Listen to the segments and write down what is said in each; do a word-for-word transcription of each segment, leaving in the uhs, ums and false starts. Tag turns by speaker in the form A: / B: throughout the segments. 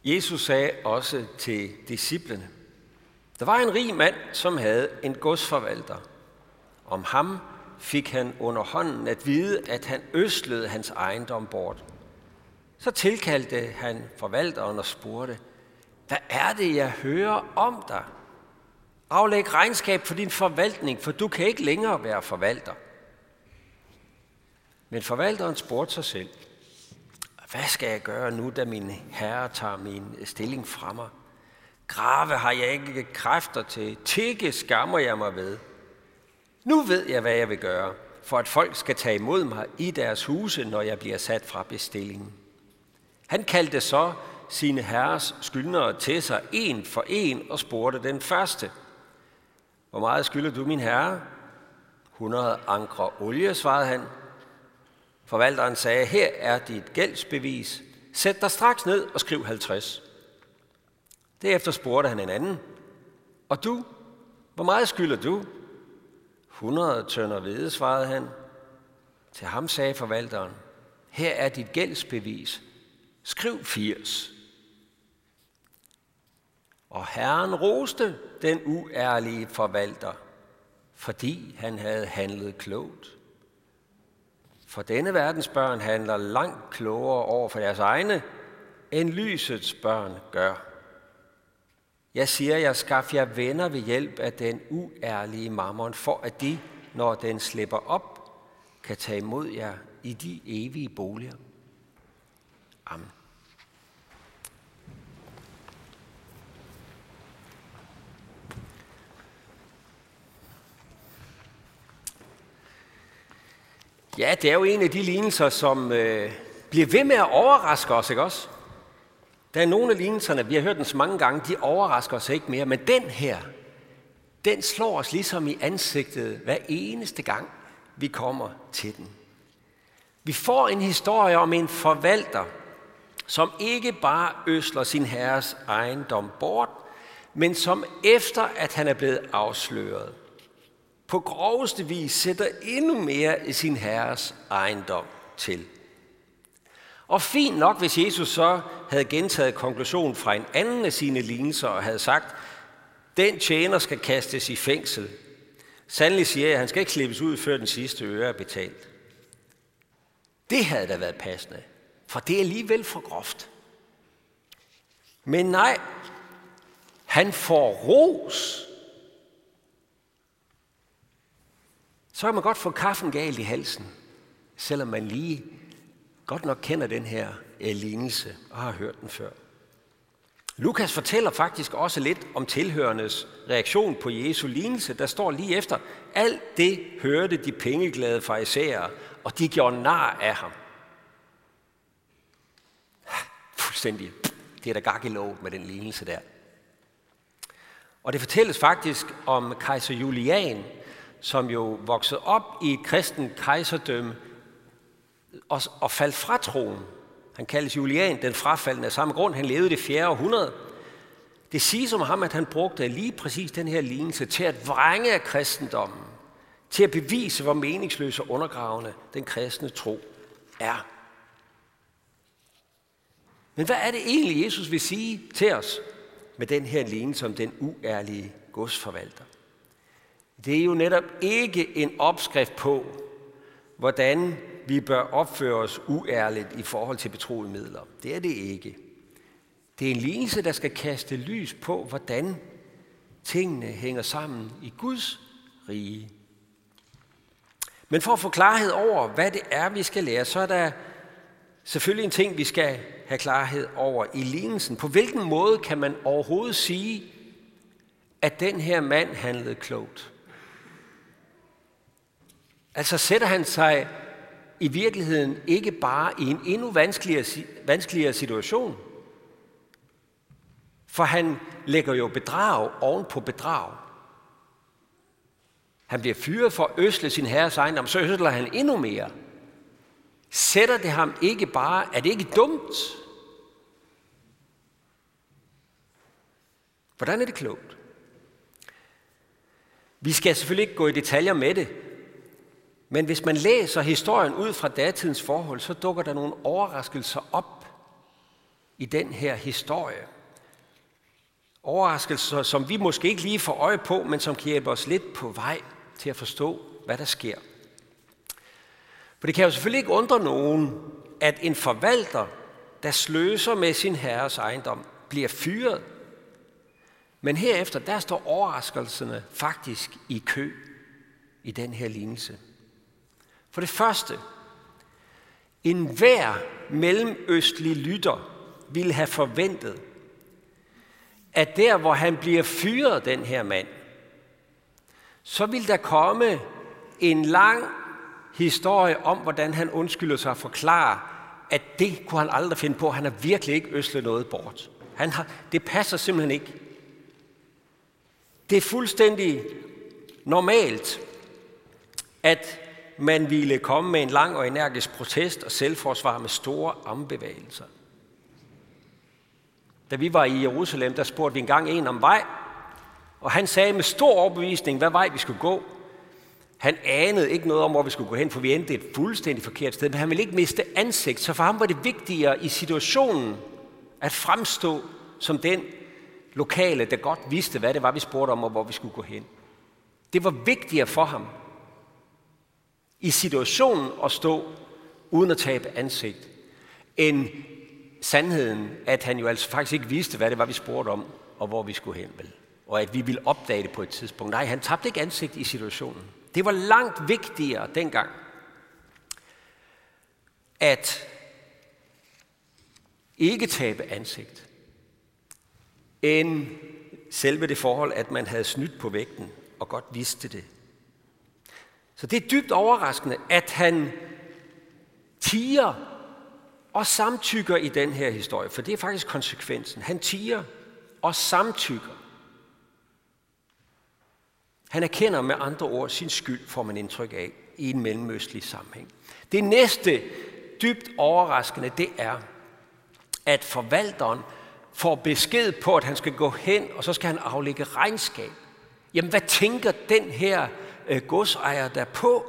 A: Jesus sagde også til disciplene: Der var en rig mand, som havde en godsforvalter. Om ham fik han under hånden at vide, at han ødslede hans ejendom bort. Så tilkaldte han forvalteren og spurgte: Hvad er det, jeg hører om dig? Aflæg regnskab for din forvaltning, for du kan ikke længere være forvalter. Men forvalteren spurgte sig selv: Hvad skal jeg gøre nu, da min herre tager min stilling fra mig? Grave har jeg ikke kræfter til, tigge skammer jeg mig ved. Nu ved jeg, hvad jeg vil gøre, for at folk skal tage imod mig i deres huse, når jeg bliver sat fra bestillingen. Han kaldte så sine herres skyldnere til sig en for en og spurgte den første: Hvor meget skylder du, min herre? hundrede ankre olie, svarede han. Forvalteren sagde: Her er dit gældsbevis. Sæt dig straks ned og skriv halvtreds. Derefter spurgte han en anden: Og du? Hvor meget skylder du? hundrede tønder hvede, svarede han. Til ham sagde forvalteren: Her er dit gældsbevis. Skriv firs. Og Herren roste den uærlige forvalter, fordi han havde handlet klogt. For denne verdens børn handler langt klogere over for deres egne, end lysets børn gør. Jeg siger, jeg skaffer jer venner ved hjælp af den uærlige mammon, for at de, når den slipper op, kan tage imod jer i de evige boliger. Amen. Ja, det er jo en af de lignelser, som øh, bliver ved med at overraske os, ikke også? Der er nogle af lignelserne, vi har hørt den så mange gange, de overrasker os ikke mere, men den her, den slår os ligesom i ansigtet hver eneste gang, vi kommer til den. Vi får en historie om en forvalter, som ikke bare ødsler sin herres ejendom bort, men som efter at han er blevet afsløret, på groveste vis sætter endnu mere i sin herres ejendom til. Og fint nok, hvis Jesus så havde gentaget konklusionen fra en anden af sine lignelser og havde sagt: Den tjener skal kastes i fængsel. Sandelig siger jeg, at han skal ikke slippes ud, før den sidste øre er betalt. Det havde da været passende, for det er alligevel for groft. Men nej, han får ros. Så kan man godt få kaffen galt i halsen, selvom man lige godt nok kender den her lignelse og har hørt den før. Lukas fortæller faktisk også lidt om tilhørendes reaktion på Jesu lignelse. Der står lige efter: Alt det hørte de pengeglade farisæere, og de gjorde nar af ham. Fuldstændig. Det er der gak i låget med den lignelse der. Og det fortælles faktisk om kejser Julian, som jo voksede op i et kristent kejserdømme og, og faldt fra troen. Han kaldes Julian, den frafaldende, af samme grund. Han levede i det fjerde århundrede. Det siges om ham, at han brugte lige præcis den her lignelse til at vrænge af kristendommen, til at bevise, hvor meningsløs og undergravende den kristne tro er. Men hvad er det egentlig, Jesus vil sige til os med den her lignelse om den uærlige godsforvalter? Det er jo netop ikke en opskrift på, hvordan vi bør opføre os uærligt i forhold til betroede midler. Det er det ikke. Det er en lignelse, der skal kaste lys på, hvordan tingene hænger sammen i Guds rige. Men for at få klarhed over, hvad det er, vi skal lære, så er der selvfølgelig en ting, vi skal have klarhed over i lignelsen. På hvilken måde kan man overhovedet sige, at den her mand handlede klogt? Altså sætter han sig i virkeligheden ikke bare i en endnu vanskeligere, vanskeligere situation? For han lægger jo bedrag oven på bedrag. Han bliver fyret for at ødsle sin herres ejendom, så ødsler han endnu mere. Sætter det ham ikke bare, er det ikke dumt? Hvordan er det klogt? Vi skal selvfølgelig ikke gå i detaljer med det, men hvis man læser historien ud fra datidens forhold, så dukker der nogle overraskelser op i den her historie. Overraskelser, som vi måske ikke lige får øje på, men som kan hjælpe os lidt på vej til at forstå, hvad der sker. For det kan jo selvfølgelig ikke undre nogen, at en forvalter, der sløser med sin herres ejendom, bliver fyret. Men herefter, der står overraskelserne faktisk i kø i den her lignelse. For det første, enhver mellemøstlig lytter ville have forventet, at der, hvor han bliver fyret, den her mand, så vil der komme en lang historie om, hvordan han undskylder sig og forklarer, at det kunne han aldrig finde på. Han har virkelig ikke øslet noget bort. Han har, det passer simpelthen ikke. Det er fuldstændig normalt, at man ville komme med en lang og energisk protest og selvforsvar med store armbevægelser. Da vi var i Jerusalem, der spurgte vi engang en om vej, og han sagde med stor overbevisning, hvad vej vi skulle gå. Han anede ikke noget om, hvor vi skulle gå hen, for vi endte et fuldstændig forkert sted, men han ville ikke miste ansigt, så for ham var det vigtigere i situationen at fremstå som den lokale, der godt vidste, hvad det var, vi spurgte om, og hvor vi skulle gå hen. Det var vigtigere for ham i situationen at stå uden at tabe ansigt, end sandheden, at han jo altså faktisk ikke vidste, hvad det var, vi spurgte om, og hvor vi skulle hen, vel? Og at vi ville opdage det på et tidspunkt. Nej, han tabte ikke ansigt i situationen. Det var langt vigtigere dengang, at ikke tabe ansigt, end selve det forhold, at man havde snydt på vægten og godt vidste det. Så det er dybt overraskende, at han tier og samtykker i den her historie, for det er faktisk konsekvensen. Han tier og samtykker. Han erkender med andre ord sin skyld, får man indtryk af, i en mellemøstlig sammenhæng. Det næste dybt overraskende, det er, at forvalteren får besked på, at han skal gå hen, og så skal han aflægge regnskab. Jamen, hvad tænker den her øh, godsejer der på?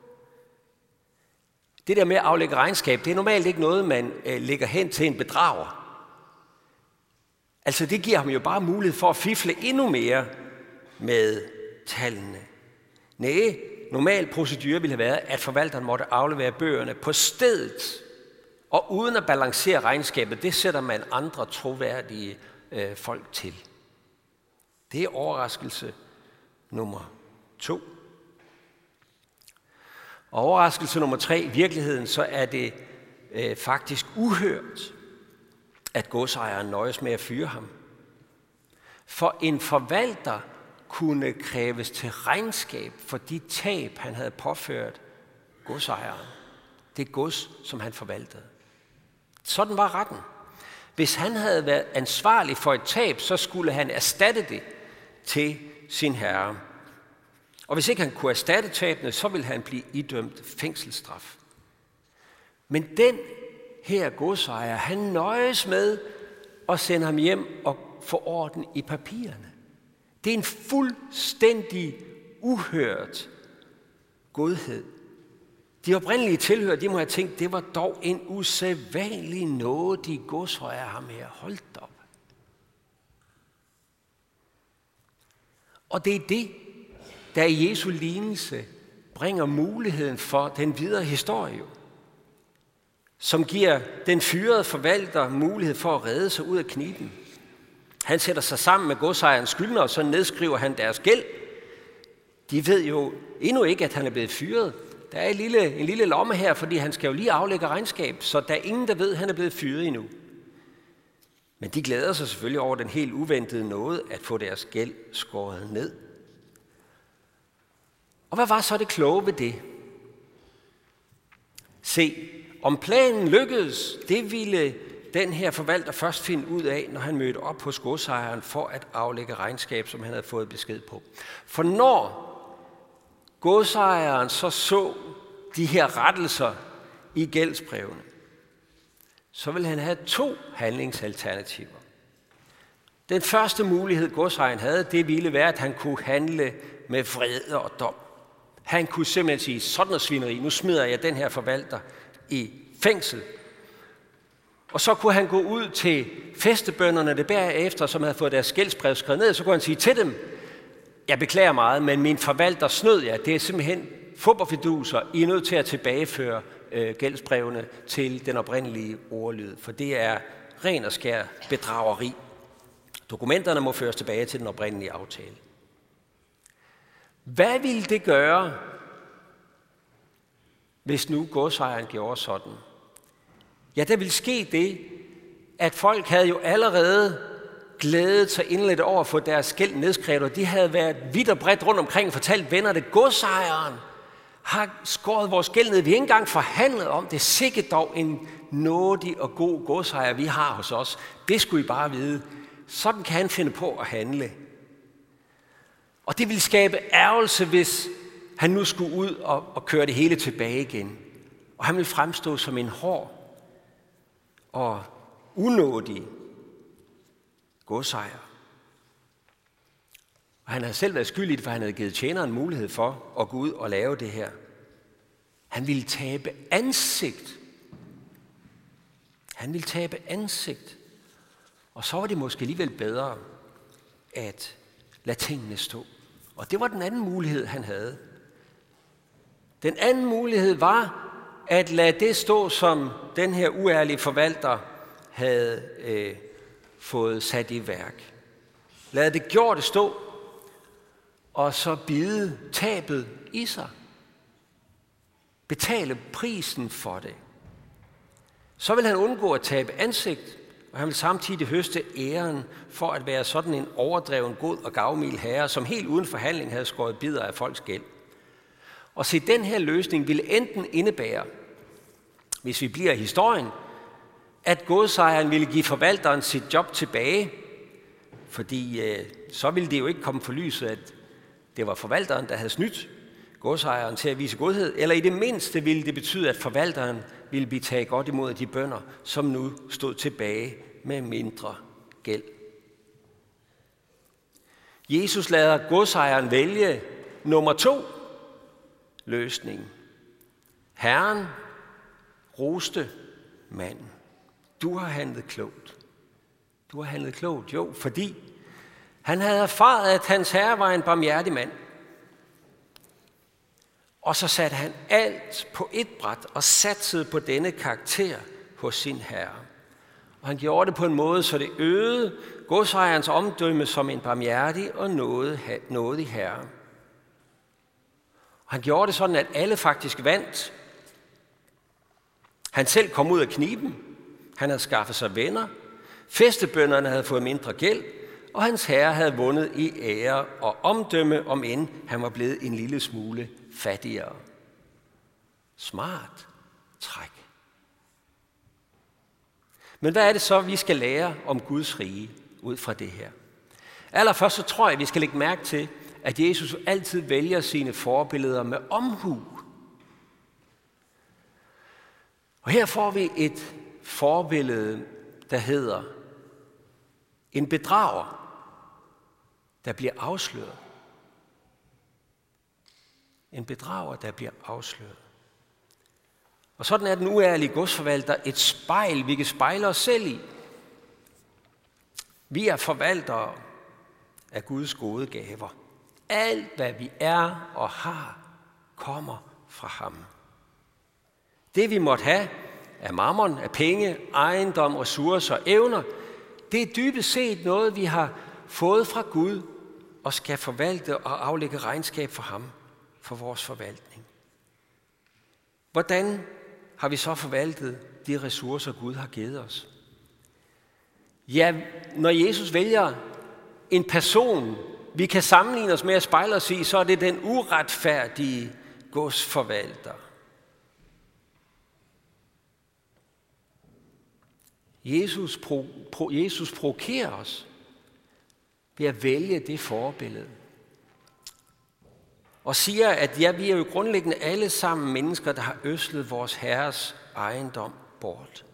A: Det der med at aflægge regnskab, det er normalt ikke noget, man øh, lægger hen til en bedrager. Altså, det giver ham jo bare mulighed for at fifle endnu mere med tallene. Næh, normal procedure ville have været, at forvalteren måtte aflevere bøgerne på stedet, og uden at balancere regnskabet, det sætter man andre troværdige øh, folk til. Det er overraskelse nummer to. Og overraskelse nummer tre, i virkeligheden, så er det øh, faktisk uhørt, at godsejeren nøjes med at fyre ham. For en forvalter kunne kræves til regnskab for de tab, han havde påført godsejeren. Det gods, som han forvaltede. Sådan var retten. Hvis han havde været ansvarlig for et tab, så skulle han erstatte det til sin herre. Og hvis ikke han kunne erstatte tabene, så ville han blive idømt fængselsstraf. Men den her godsejer, han nøjes med at sende ham hjem og få orden i papirerne. Det er en fuldstændig uhørt godhed. De oprindelige tilhører, de må have tænkt, det var dog en usædvanlig nådig godsejer ham her. Hold op. Og det er det, der i Jesu lignelse bringer muligheden for den videre historie, som giver den fyrede forvalter mulighed for at redde sig ud af kniben. Han sætter sig sammen med godsejerens skyldnere, og så nedskriver han deres gæld. De ved jo endnu ikke, at han er blevet fyret. Der er en lille, en lille lomme her, fordi han skal jo lige aflægge regnskab, så der er ingen, der ved, at han er blevet fyret endnu. Men de glæder sig selvfølgelig over den helt uventede nåde at få deres gæld skåret ned. Og hvad var så det kloge ved det? Se, om planen lykkedes, det ville den her forvalter først finde ud af, når han mødte op hos godsejeren for at aflægge regnskab, som han havde fået besked på. For når godsejeren så så de her rettelser i gældsbrevene, så ville han have to handlingsalternativer. Den første mulighed, godsejeren havde, det ville være, at han kunne handle med vrede og dom. Han kunne simpelthen sige, sådan noget svineri, nu smider jeg den her forvalter i fængsel. Og så kunne han gå ud til fæstebønderne det bagefter, som havde fået deres gældsbrev skrevet ned. Så kunne han sige til dem, jeg beklager meget, men min forvalter snød jer. Det er simpelthen fupperfiduser. I er nødt til at tilbageføre øh, gældsbrevene til den oprindelige ordlyd, for det er ren og skær bedrageri. Dokumenterne må føres tilbage til den oprindelige aftale. Hvad ville det gøre, hvis nu godsejeren gjorde sådan? Ja, der ville ske det, at folk havde jo allerede glædet sig indledt over at få deres gæld nedskrevet, og de havde været vidt og bredt rundt omkring og fortalt vennerne, godsejeren har skåret vores gæld ned. Vi har ikke engang forhandlet om det. Sikke dog en nådig og god godsejer, vi har hos os. Det skulle I bare vide. Sådan kan han finde på at handle. Og det ville skabe ærgelse, hvis han nu skulle ud og, og køre det hele tilbage igen. Og han ville fremstå som en hård og unådig godsejer. Og han havde selv været skyldig, for han havde givet tjeneren mulighed for at gå ud og lave det her. Han ville tabe ansigt. Han ville tabe ansigt. Og så var det måske alligevel bedre at lade tingene stå. Og det var den anden mulighed, han havde. Den anden mulighed var at lade det stå, som den her uærlige forvalter havde øh, fået sat i værk. Lad det gjorde det stå, og så bide tabet i sig. Betale prisen for det. Så vil han undgå at tabe ansigt, og han vil samtidig høste æren for at være sådan en overdreven, god og gavmild herre, som helt uden forhandling havde skåret bidder af folks gæld. Og se, den her løsning ville enten indebære, hvis vi bliver i historien, at godsejeren ville give forvalteren sit job tilbage, fordi øh, så ville det jo ikke komme for lyset, at det var forvalteren, der havde snydt godsejeren til at vise godhed, eller i det mindste ville det betyde, at forvalteren ville blive taget godt imod af de bønder, som nu stod tilbage med mindre gæld. Jesus lader godsejeren vælge nummer to løsning. Herren roste manden. Du har handlet klogt. Du har handlet klogt, jo, fordi han havde erfaret, at hans herre var en barmhjertig mand. Og så satte han alt på et bræt og satsede på denne karakter hos sin herre. Og han gjorde det på en måde, så det øgede godsejerens omdømme som en barmhjertig og nådig herre. Og han gjorde det sådan, at alle faktisk vandt. Han selv kom ud af kniben. Han havde skaffet sig venner. Fæstebønderne havde fået mindre gæld. Og hans herre havde vundet i ære og omdømme, om end han var blevet en lille smule fattigere. Smart træk. Men hvad er det så, vi skal lære om Guds rige ud fra det her? Allerførst så tror jeg, vi skal lægge mærke til, at Jesus altid vælger sine forbilleder med omhu. Og her får vi et forbillede, der hedder en bedrager, der bliver afsløret. En bedrager, der bliver afsløret. Og sådan er den uærlige godsforvalter et spejl, vi kan spejle os selv i. Vi er forvaltere af Guds gode gaver. Alt, hvad vi er og har, kommer fra ham. Det, vi måtte have af mammon, af penge, ejendom, ressourcer og evner, det er dybest set noget, vi har fået fra Gud og skal forvalte og aflægge regnskab for ham, for vores forvaltning. Hvordan har vi så forvaltet de ressourcer, Gud har givet os? Ja, når Jesus vælger en person, vi kan sammenligne os med at spejle os i, så er det den uretfærdige godsforvalter. Jesus, pro, pro, Jesus provokerer os ved at vælge det forbillede. Og siger, at ja, vi er jo grundlæggende alle sammen mennesker, der har ødslet vores herres ejendom bort.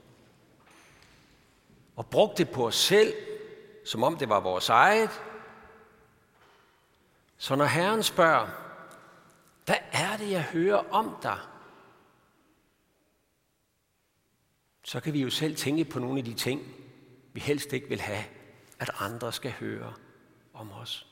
A: Og brugt det på os selv, som om det var vores eget. Så når Herren spørger, hvad er det, jeg hører om dig? så kan vi jo selv tænke på nogle af de ting, vi helst ikke vil have, at andre skal høre om os.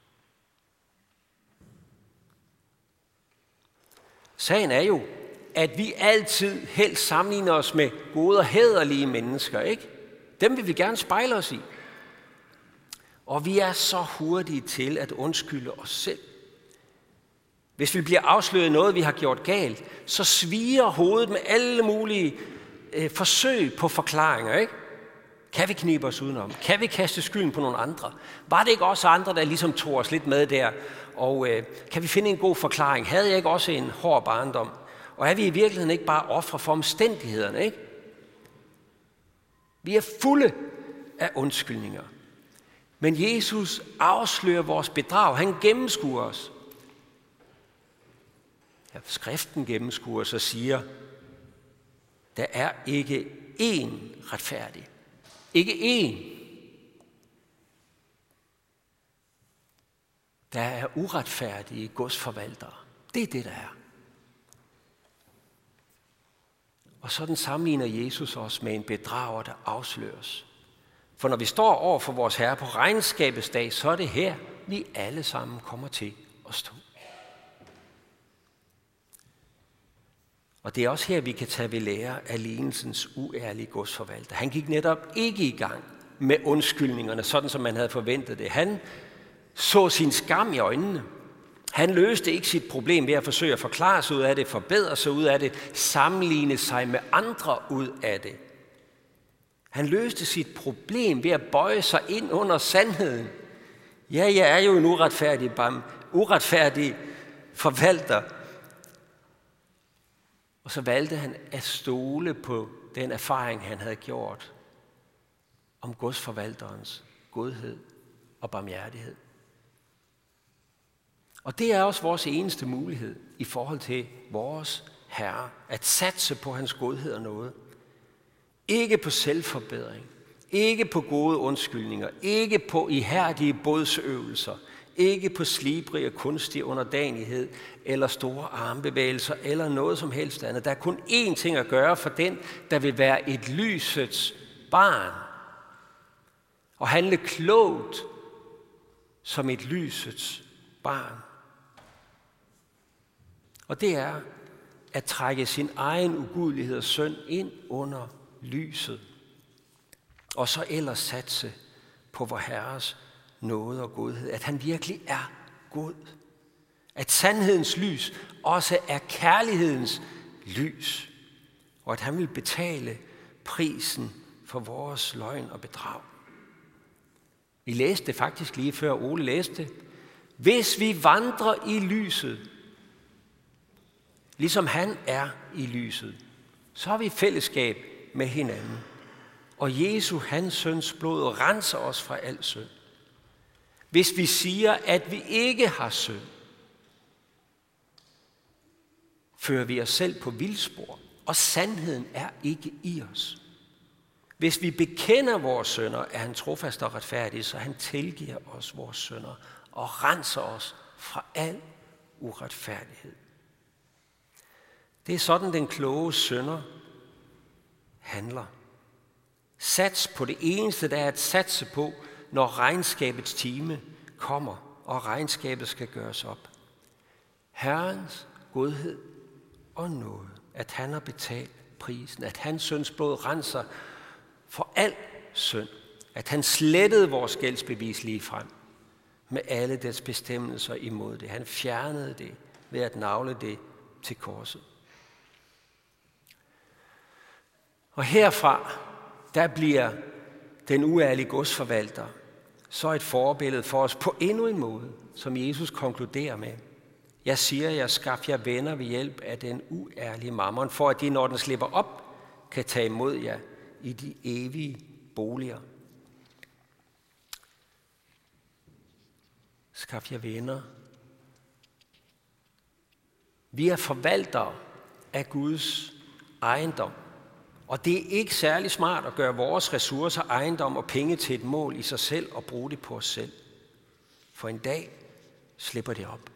A: Sagen er jo, at vi altid helst sammenligner os med gode og hæderlige mennesker, ikke? Dem vil vi gerne spejle os i. Og vi er så hurtige til at undskylde os selv. Hvis vi bliver afsløret noget, vi har gjort galt, så sviger hovedet med alle mulige øh, forsøg på forklaringer, ikke? Kan vi knibe os udenom? Kan vi kaste skylden på nogle andre? Var det ikke også andre, der ligesom tog os lidt med der? Og øh, kan vi finde en god forklaring? Havde jeg ikke også en hård barndom? Og er vi i virkeligheden ikke bare ofre for omstændighederne, ikke? Vi er fulde af undskyldninger. Men Jesus afslører vores bedrag. Han gennemskuer os. Ja, skriften gennemskuer os og siger, der er ikke én retfærdig. Ikke én. Der er uretfærdige godsforvaltere. Det er det, der er. Og sådan sammenligner Jesus os med en bedrager, der afsløres. For når vi står over for vores Herre på regnskabets dag, så er det her, vi alle sammen kommer til at stå. Og det er også her, vi kan tage ved lære af lignelsens uærlige godsforvalter. Han gik netop ikke i gang med undskyldningerne, sådan som man havde forventet det. Han så sin skam i øjnene. Han løste ikke sit problem ved at forsøge at forklare sig ud af det, forbedre sig ud af det, sammenligne sig med andre ud af det. Han løste sit problem ved at bøje sig ind under sandheden. Ja, jeg er jo en uretfærdig, bam, uretfærdig forvalter. Og så valgte han at stole på den erfaring, han havde gjort om godsforvalterens godhed og barmhjertighed. Og det er også vores eneste mulighed i forhold til vores Herre, at satse på hans godhed og noget. Ikke på selvforbedring, ikke på gode undskyldninger, ikke på ihærdige bodsøvelser, ikke på slibrig og kunstig underdanighed, eller store armbevægelser, eller noget som helst andet. Der er kun én ting at gøre for den, der vil være et lysets barn, og handle klogt som et lysets barn. Og det er at trække sin egen ugudelighed og synd ind under lyset, og så ellers satse på vor Herres nåde og godhed, at han virkelig er god. At sandhedens lys også er kærlighedens lys, og at han vil betale prisen for vores løgn og bedrag. Vi læste det faktisk lige før Ole læste. Hvis vi vandrer i lyset, ligesom han er i lyset, så har vi fællesskab med hinanden. Og Jesu, hans søns blod, renser os fra al synd. Hvis vi siger, at vi ikke har synd, fører vi os selv på vildspor, og sandheden er ikke i os. Hvis vi bekender vores synder, er han trofast og retfærdig, så han tilgiver os vores synder og renser os fra al uretfærdighed. Det er sådan, den kloge synder handler. Sats på det eneste, der er at satse på, når regnskabets time kommer, og regnskabet skal gøres op. Herrens godhed og nåde, at han har betalt prisen, at hans søns blod renser for al synd, at han slettede vores gældsbevis lige frem med alle dets bestemmelser imod det. Han fjernede det ved at nagle det til korset. Og herfra, der bliver den uærlige godsforvalter så et forbillede for os på endnu en måde, som Jesus konkluderer med. Jeg siger, jeg skaf jer venner ved hjælp af den uærlige mammon, for at de, når den slipper op, kan tage imod jer i de evige boliger. Skaf jer venner. Vi er forvaltere af Guds ejendom. Og det er ikke særlig smart at gøre vores ressourcer, ejendom og penge til et mål i sig selv og bruge det på os selv. For en dag slipper det op.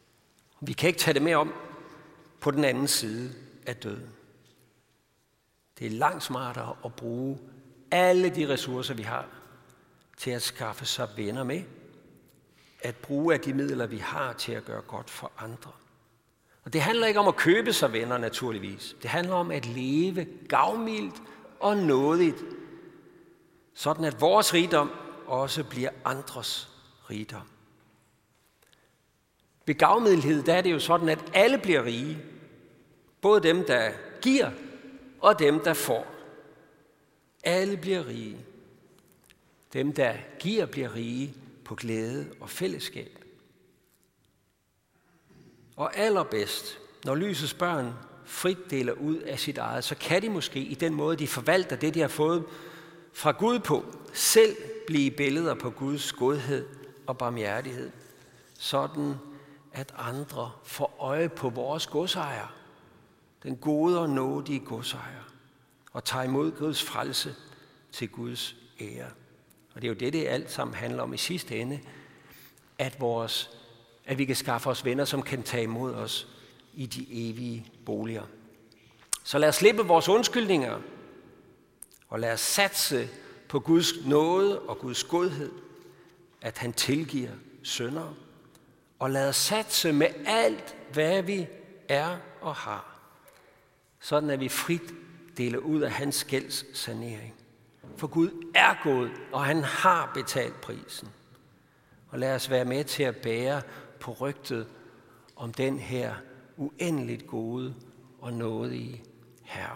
A: Vi kan ikke tage det med om på den anden side af døden. Det er langt smartere at bruge alle de ressourcer, vi har, til at skaffe sig venner med. At bruge af de midler, vi har, til at gøre godt for andre. Og det handler ikke om at købe sig venner, naturligvis. Det handler om at leve gavmildt og nådigt, sådan at vores rigdom også bliver andres rigdom. Ved gavmildhed, der er det jo sådan, at alle bliver rige. Både dem, der giver, og dem, der får. Alle bliver rige. Dem, der giver, bliver rige på glæde og fællesskab. Og allerbedst, når lysets børn frit deler ud af sit eget, så kan de måske i den måde, de forvalter det, de har fået fra Gud på, selv blive billeder på Guds godhed og barmhjertighed, sådan at andre får øje på vores godsejer, den gode og nådige godsejer, og tager imod Guds frelse til Guds ære. Og det er jo det, det alt sammen handler om i sidste ende, at, vores, at vi kan skaffe os venner, som kan tage imod os i de evige boliger. Så lad os slippe vores undskyldninger, og lad os satse på Guds nåde og Guds godhed, at han tilgiver syndere. Og lad os satse med alt, hvad vi er og har, sådan at vi frit deler ud af hans gælds sanering. For Gud er god, og han har betalt prisen. Og lad os være med til at bære på rygtet om den her uendeligt gode og nådige Herre.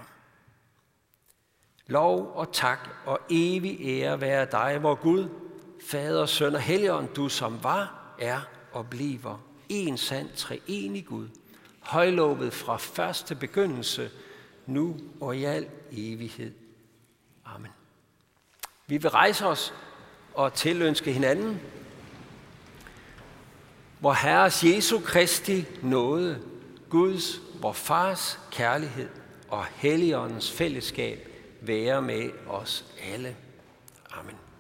A: Lov og tak og evig ære være dig, vor Gud, Fader, Søn og Helligånd, du som var, er og bliver en sand treenig Gud, højlovet fra første begyndelse, nu og i al evighed. Amen. Vi vil rejse os og tilønske hinanden, vor Herres Jesu Kristi nåde, Guds, vor Fars kærlighed og Helligåndens fællesskab være med os alle. Amen.